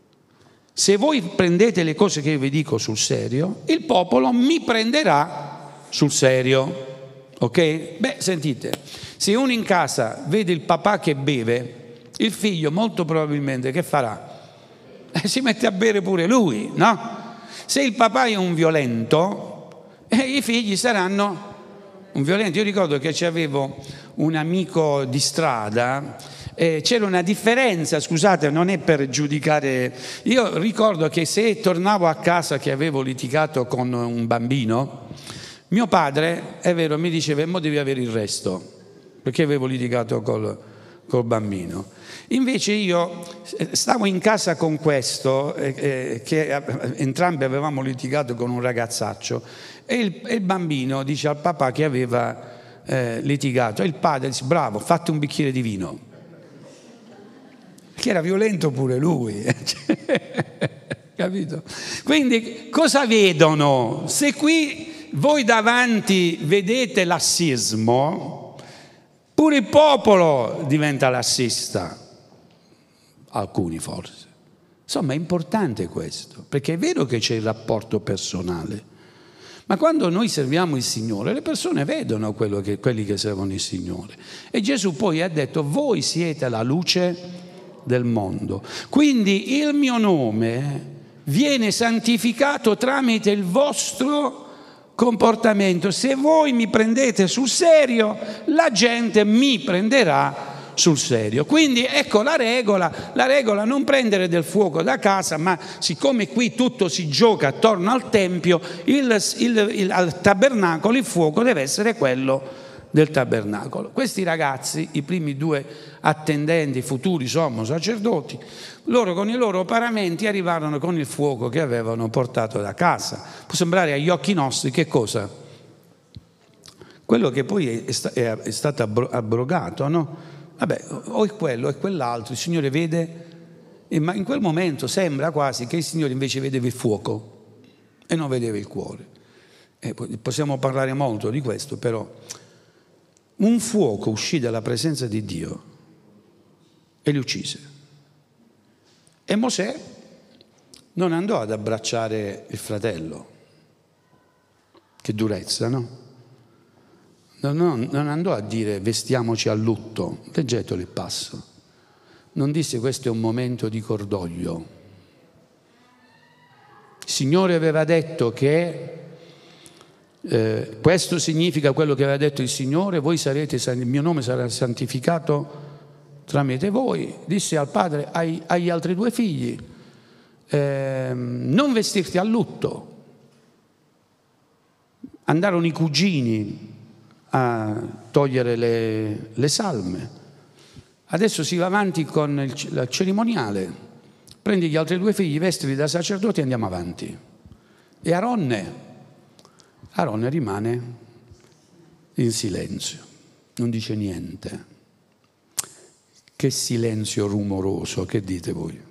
Se voi prendete le cose che io vi dico sul serio, il popolo mi prenderà sul serio. Ok? Beh, sentite, se uno in casa vede il papà che beve, il figlio molto probabilmente che farà? Eh, si mette a bere pure lui, no? Se il papà è un violento, eh, i figli saranno un violento. Io ricordo che c'avevo un amico di strada. Eh, c'era una differenza, scusate, non è per giudicare. Io ricordo che se tornavo a casa che avevo litigato con un bambino, mio padre, è vero, mi diceva: mo devi avere il resto, perché avevo litigato col, col bambino. Invece io stavo in casa con questo, eh, che entrambi avevamo litigato con un ragazzaccio, e il, e il bambino dice al papà che aveva eh, litigato, e il padre dice: bravo, fatti un bicchiere di vino. Che era violento pure lui, capito? Quindi cosa vedono? Se qui voi davanti vedete lassismo, pure il popolo diventa lassista, alcuni forse. Insomma, è importante questo, perché è vero che c'è il rapporto personale, ma quando noi serviamo il Signore, le persone vedono quello che, quelli che servono il Signore. E Gesù poi ha detto: voi siete la luce del mondo. Quindi il mio nome viene santificato tramite il vostro comportamento. Se voi mi prendete sul serio, la gente mi prenderà sul serio. Quindi ecco la regola, la regola: non prendere del fuoco da casa, ma siccome qui tutto si gioca attorno al tempio, il, il, il, al tabernacolo il fuoco deve essere quello del tabernacolo. Questi ragazzi, i primi due attendenti, futuri sommo sacerdoti, loro con i loro paramenti arrivarono con il fuoco che avevano portato da casa. Può sembrare agli occhi nostri che cosa? Quello che poi è, sta- è, è stato abrogato, no? Vabbè, o è quello o è quell'altro, il Signore vede, e ma in quel momento sembra quasi che il Signore invece vedeva il fuoco e non vedeva il cuore. E possiamo parlare molto di questo, però un fuoco uscì dalla presenza di Dio e li uccise. E Mosè non andò ad abbracciare il fratello, che durezza, no? Non, non, non andò a dire vestiamoci a lutto, leggetelo il passo. Non disse questo è un momento di cordoglio. Il Signore aveva detto che eh, questo significa quello che aveva detto il Signore, voi sarete, il mio nome sarà santificato tramite voi. Disse al padre, ai, agli altri due figli, eh, non vestirti a lutto. Andarono i cugini a togliere le, le salme. Adesso si va avanti con il, il cerimoniale. Prendi gli altri due figli, vestili da sacerdoti e andiamo avanti. E Aronne, Aronne rimane in silenzio, non dice niente. Che silenzio rumoroso, che dite voi?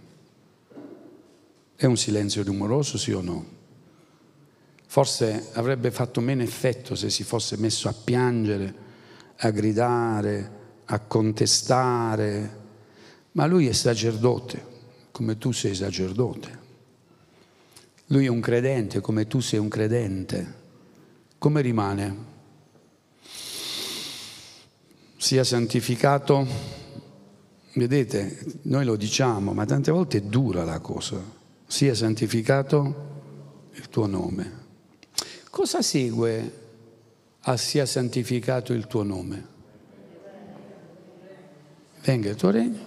È un silenzio rumoroso, sì o no? Forse avrebbe fatto meno effetto se si fosse messo a piangere, a gridare, a contestare, ma lui è sacerdote, come tu sei sacerdote. Lui è un credente, come tu sei un credente. Come rimane? Sia santificato, vedete, noi lo diciamo, ma tante volte è dura la cosa. Sia santificato il tuo nome. Cosa segue a sia santificato il tuo nome? Venga il tuo regno.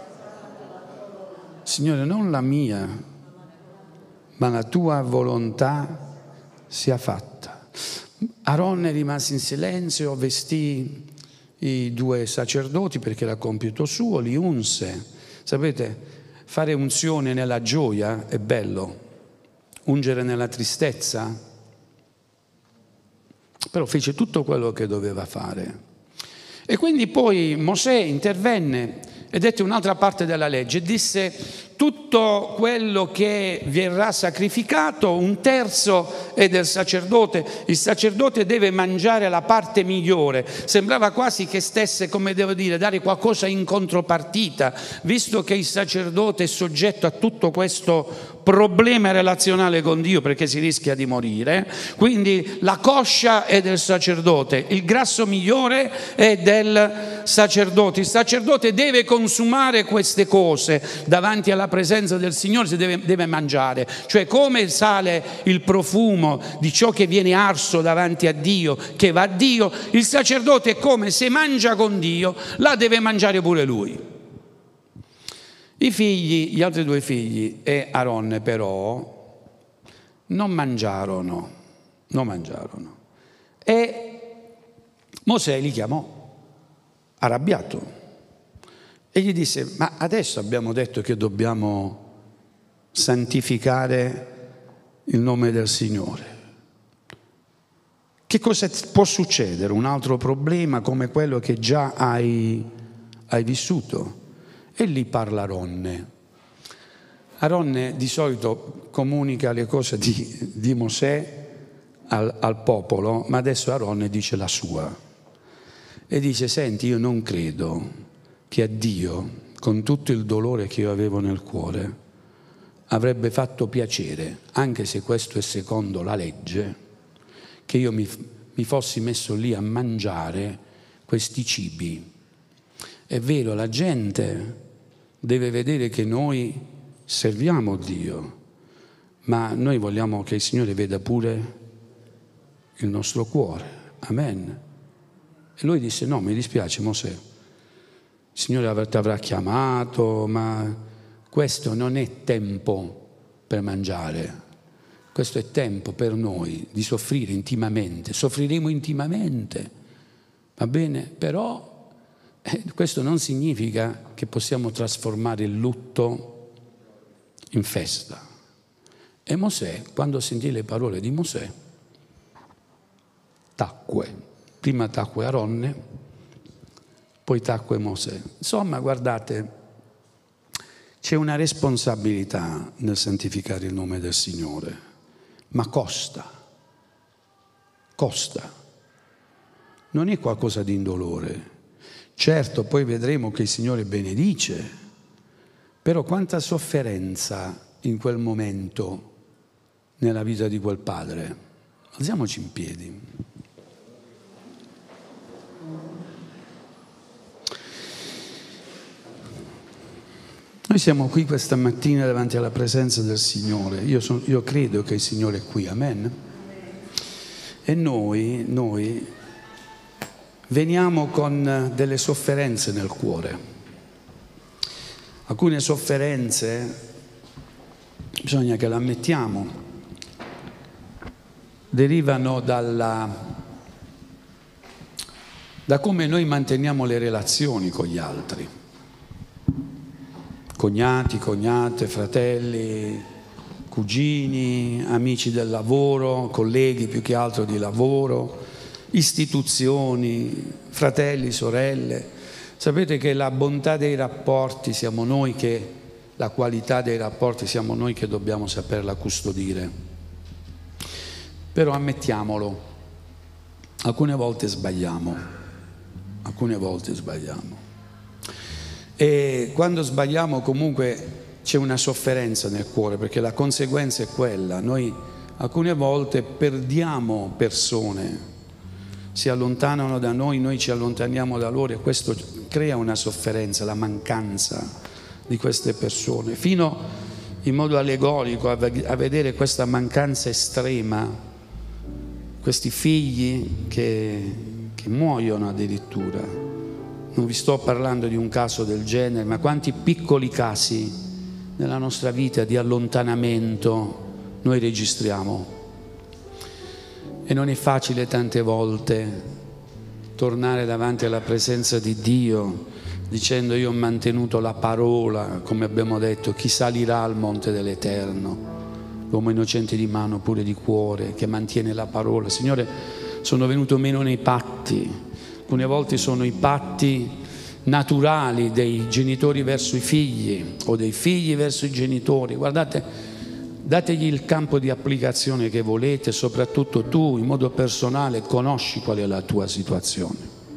Signore, non la mia, ma la tua volontà sia fatta. Aronne rimase in silenzio, vestì i due sacerdoti perché era compito suo, li unse. Sapete, fare unzione nella gioia è bello, ungere nella tristezza. Però fece tutto quello che doveva fare. E quindi poi Mosè intervenne e dette un'altra parte della legge, disse tutto quello che verrà sacrificato, un terzo è del sacerdote, il sacerdote deve mangiare la parte migliore. Sembrava quasi che stesse, come devo dire, dare qualcosa in contropartita, visto che il sacerdote è soggetto a tutto questo problema relazionale con Dio perché si rischia di morire, quindi la coscia è del sacerdote, il grasso migliore è del sacerdote, il sacerdote deve consumare queste cose davanti alla presenza del Signore, si deve, deve mangiare, cioè come sale il profumo di ciò che viene arso davanti a Dio, che va a Dio, il sacerdote è come se mangia con Dio, la deve mangiare pure lui. I figli, gli altri due figli e Aronne però non mangiarono, non mangiarono. E Mosè li chiamò, arrabbiato, e gli disse, ma adesso abbiamo detto che dobbiamo santificare il nome del Signore. Che cosa può succedere? Un altro problema come quello che già hai, hai vissuto? E lì parla Aronne. Aronne di solito comunica le cose di, di Mosè al, al popolo, ma adesso Aronne dice la sua. E dice, senti, io non credo che a Dio, con tutto il dolore che io avevo nel cuore, avrebbe fatto piacere, anche se questo è secondo la legge, che io mi, mi fossi messo lì a mangiare questi cibi. È vero, la gente deve vedere che noi serviamo Dio, ma noi vogliamo che il Signore veda pure il nostro cuore. Amen. E lui disse, no, mi dispiace Mosè, il Signore ti avrà chiamato, ma questo non è tempo per mangiare, questo è tempo per noi di soffrire intimamente, soffriremo intimamente, va bene? Però eh, questo non significa che possiamo trasformare il lutto in festa. E Mosè, quando sentì le parole di Mosè, tacque. Prima tacque Aronne, poi tacque Mosè. Insomma, guardate, c'è una responsabilità nel santificare il nome del Signore, ma costa, costa. Non è qualcosa di indolore. Certo, poi vedremo che il Signore benedice, però quanta sofferenza in quel momento nella vita di quel padre. Alziamoci in piedi. Noi siamo qui questa mattina davanti alla presenza del Signore. Io, sono, io credo che il Signore è qui, amen? E noi, noi veniamo con delle sofferenze nel cuore. Alcune sofferenze, bisogna che le ammettiamo, derivano dalla, da come noi manteniamo le relazioni con gli altri. Cognati, cognate, fratelli, cugini, amici del lavoro, colleghi più che altro di lavoro, istituzioni, fratelli, sorelle. Sapete che la bontà dei rapporti siamo noi che, la qualità dei rapporti siamo noi che dobbiamo saperla custodire. Però ammettiamolo, alcune volte sbagliamo, alcune volte sbagliamo. E quando sbagliamo comunque c'è una sofferenza nel cuore, perché la conseguenza è quella. Noi alcune volte perdiamo persone, si allontanano da noi, noi ci allontaniamo da loro, e questo crea una sofferenza, la mancanza di queste persone, fino in modo allegorico a vedere questa mancanza estrema, questi figli che, che muoiono addirittura. Non vi sto parlando di un caso del genere, ma quanti piccoli casi nella nostra vita di allontanamento noi registriamo. E non è facile tante volte tornare davanti alla presenza di Dio dicendo: io ho mantenuto la parola, come abbiamo detto, chi salirà al monte dell'Eterno? L'uomo innocente di mano pure di cuore, che mantiene la parola. Signore, sono venuto meno nei patti. Alcune volte sono i patti naturali dei genitori verso i figli o dei figli verso i genitori. Guardate, dategli il campo di applicazione che volete, soprattutto tu in modo personale conosci qual è la tua situazione.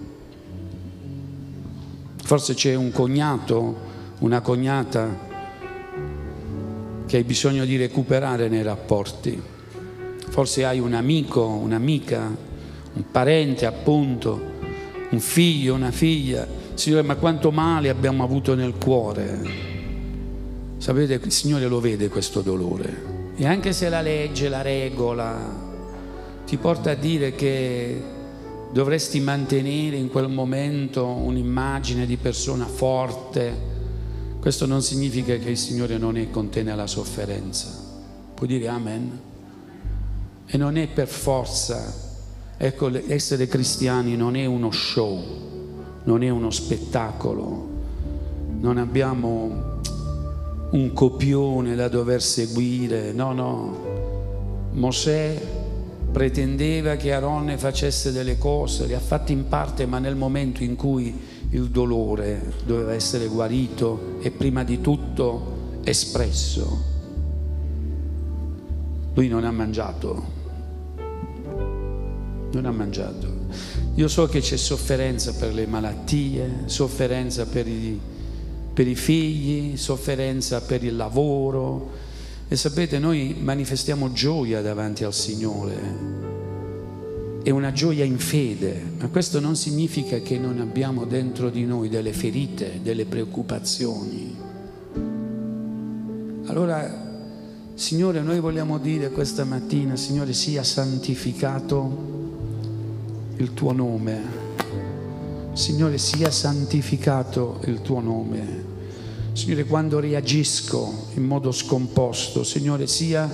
Forse c'è un cognato, una cognata che hai bisogno di recuperare nei rapporti. Forse hai un amico, un'amica, un parente appunto, un figlio, una figlia. Signore, ma quanto male abbiamo avuto nel cuore. Sapete, il Signore lo vede questo dolore. E anche se la legge, la regola ti porta a dire che dovresti mantenere in quel momento un'immagine di persona forte, questo non significa che il Signore non è con te nella sofferenza. Puoi dire amen? E non è per forza. Ecco, essere cristiani non è uno show, non è uno spettacolo, non abbiamo un copione da dover seguire, no, no. Mosè pretendeva che Aronne facesse delle cose, le ha fatte in parte, ma nel momento in cui il dolore doveva essere guarito e prima di tutto espresso, lui non ha mangiato. Non ha mangiato. Io so che c'è sofferenza per le malattie, sofferenza per i, per i figli, sofferenza per il lavoro. E sapete, noi manifestiamo gioia davanti al Signore. È una gioia in fede, ma questo non significa che non abbiamo dentro di noi delle ferite, delle preoccupazioni. Allora, Signore, noi vogliamo dire questa mattina: Signore, sia santificato il tuo nome. Signore, sia santificato il tuo nome. Signore, quando reagisco in modo scomposto, Signore, sia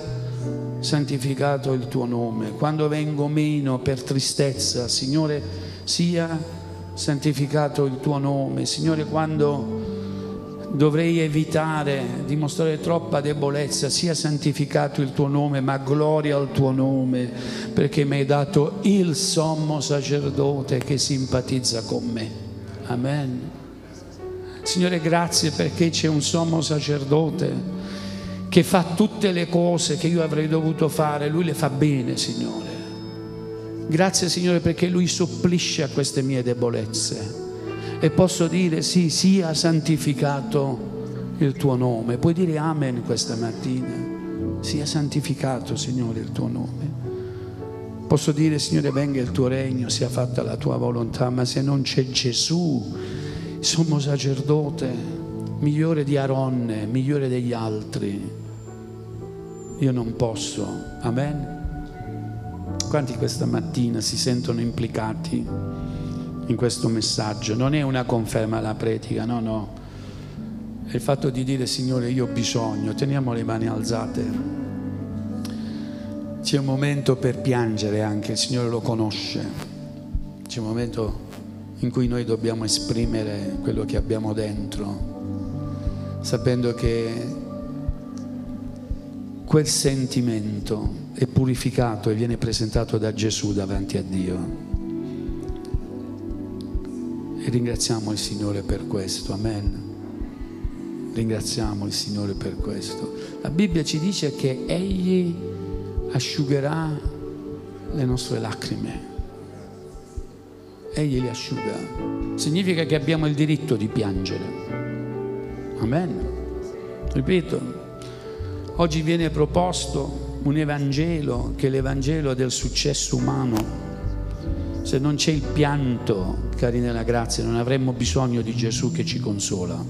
santificato il tuo nome. Quando vengo meno per tristezza, Signore, sia santificato il tuo nome. Signore, quando dovrei evitare di mostrare troppa debolezza, sia santificato il tuo nome, ma gloria al tuo nome, perché mi hai dato il sommo sacerdote che simpatizza con me. Amen. Signore, grazie perché c'è un sommo sacerdote che fa tutte le cose che io avrei dovuto fare, lui le fa bene, Signore. Grazie, Signore, perché lui supplisce a queste mie debolezze. E posso dire sì, sia santificato il tuo nome. Puoi dire amen questa mattina. Sia santificato, Signore, il tuo nome. Posso dire, Signore, venga il tuo regno, sia fatta la tua volontà. Ma se non c'è Gesù, sommo sacerdote, migliore di Aronne, migliore degli altri, io non posso. Amen. Quanti questa mattina si sentono implicati in questo messaggio? Non è una conferma alla predica, no, no. È il fatto di dire, Signore, io ho bisogno. Teniamo le mani alzate. C'è un momento per piangere anche, il Signore lo conosce. C'è un momento in cui noi dobbiamo esprimere quello che abbiamo dentro, sapendo che quel sentimento è purificato e viene presentato da Gesù davanti a Dio. E ringraziamo il Signore per questo, amen. Ringraziamo il Signore per questo. La Bibbia ci dice che Egli asciugherà le nostre lacrime. Egli le asciuga. Significa che abbiamo il diritto di piangere. Amen. Ripeto, oggi viene proposto un Evangelo che è l'Evangelo del successo umano. Se non c'è il pianto, cari nella grazia, non avremmo bisogno di Gesù che ci consola.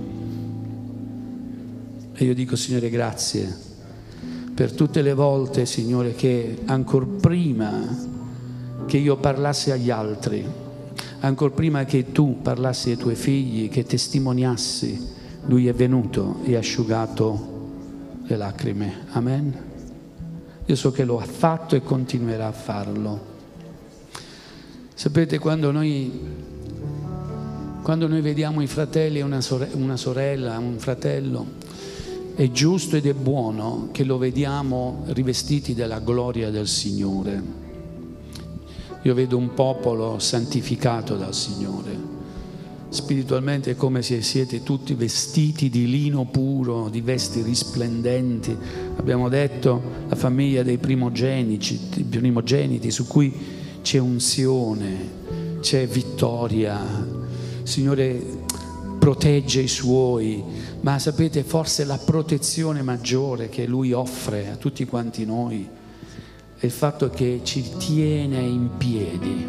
E io dico, Signore, grazie per tutte le volte, Signore, che ancor prima che io parlassi agli altri, ancor prima che tu parlassi ai tuoi figli, che testimoniassi, Lui è venuto e ha asciugato le lacrime. Amen. Io so che lo ha fatto e continuerà a farlo. Sapete, quando noi, quando noi vediamo i fratelli, una sorella, una sorella, un fratello, è giusto ed è buono che lo vediamo rivestiti della gloria del Signore. Io vedo un popolo santificato dal Signore. Spiritualmente è come se siete tutti vestiti di lino puro, di vesti risplendenti. Abbiamo detto la famiglia dei primogeniti, primogeniti su cui c'è unzione, c'è vittoria. Il Signore protegge i Suoi, ma sapete, forse la protezione maggiore che Lui offre a tutti quanti noi è il fatto che ci tiene in piedi,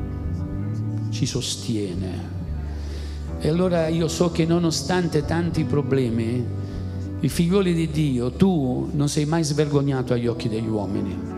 ci sostiene. E allora io so che nonostante tanti problemi, i figlioli di Dio, tu non sei mai svergognato agli occhi degli uomini.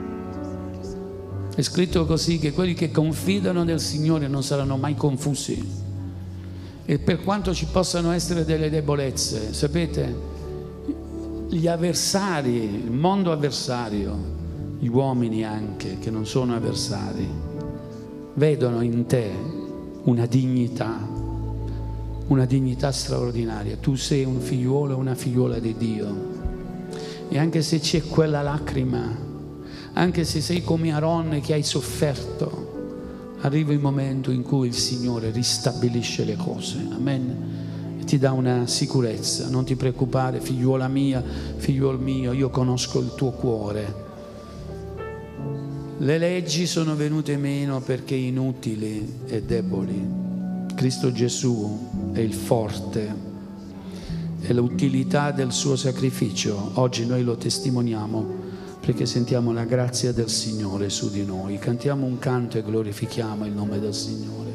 È scritto così, che quelli che confidano nel Signore non saranno mai confusi. E per quanto ci possano essere delle debolezze, sapete, gli avversari, il mondo avversario, gli uomini anche che non sono avversari, vedono in te una dignità, una dignità straordinaria. Tu sei un figliuolo, una figliuola di Dio. E anche se c'è quella lacrima, anche se sei come Aronne che hai sofferto, arriva il momento in cui il Signore ristabilisce le cose. Amen. E ti dà una sicurezza. Non ti preoccupare, figliuola mia, figliuolo mio, io conosco il tuo cuore. Le leggi sono venute meno perché inutili e deboli. Cristo Gesù è il forte e l'utilità del suo sacrificio. Oggi noi lo testimoniamo, perché sentiamo la grazia del Signore su di noi. Cantiamo un canto e glorifichiamo il nome del Signore.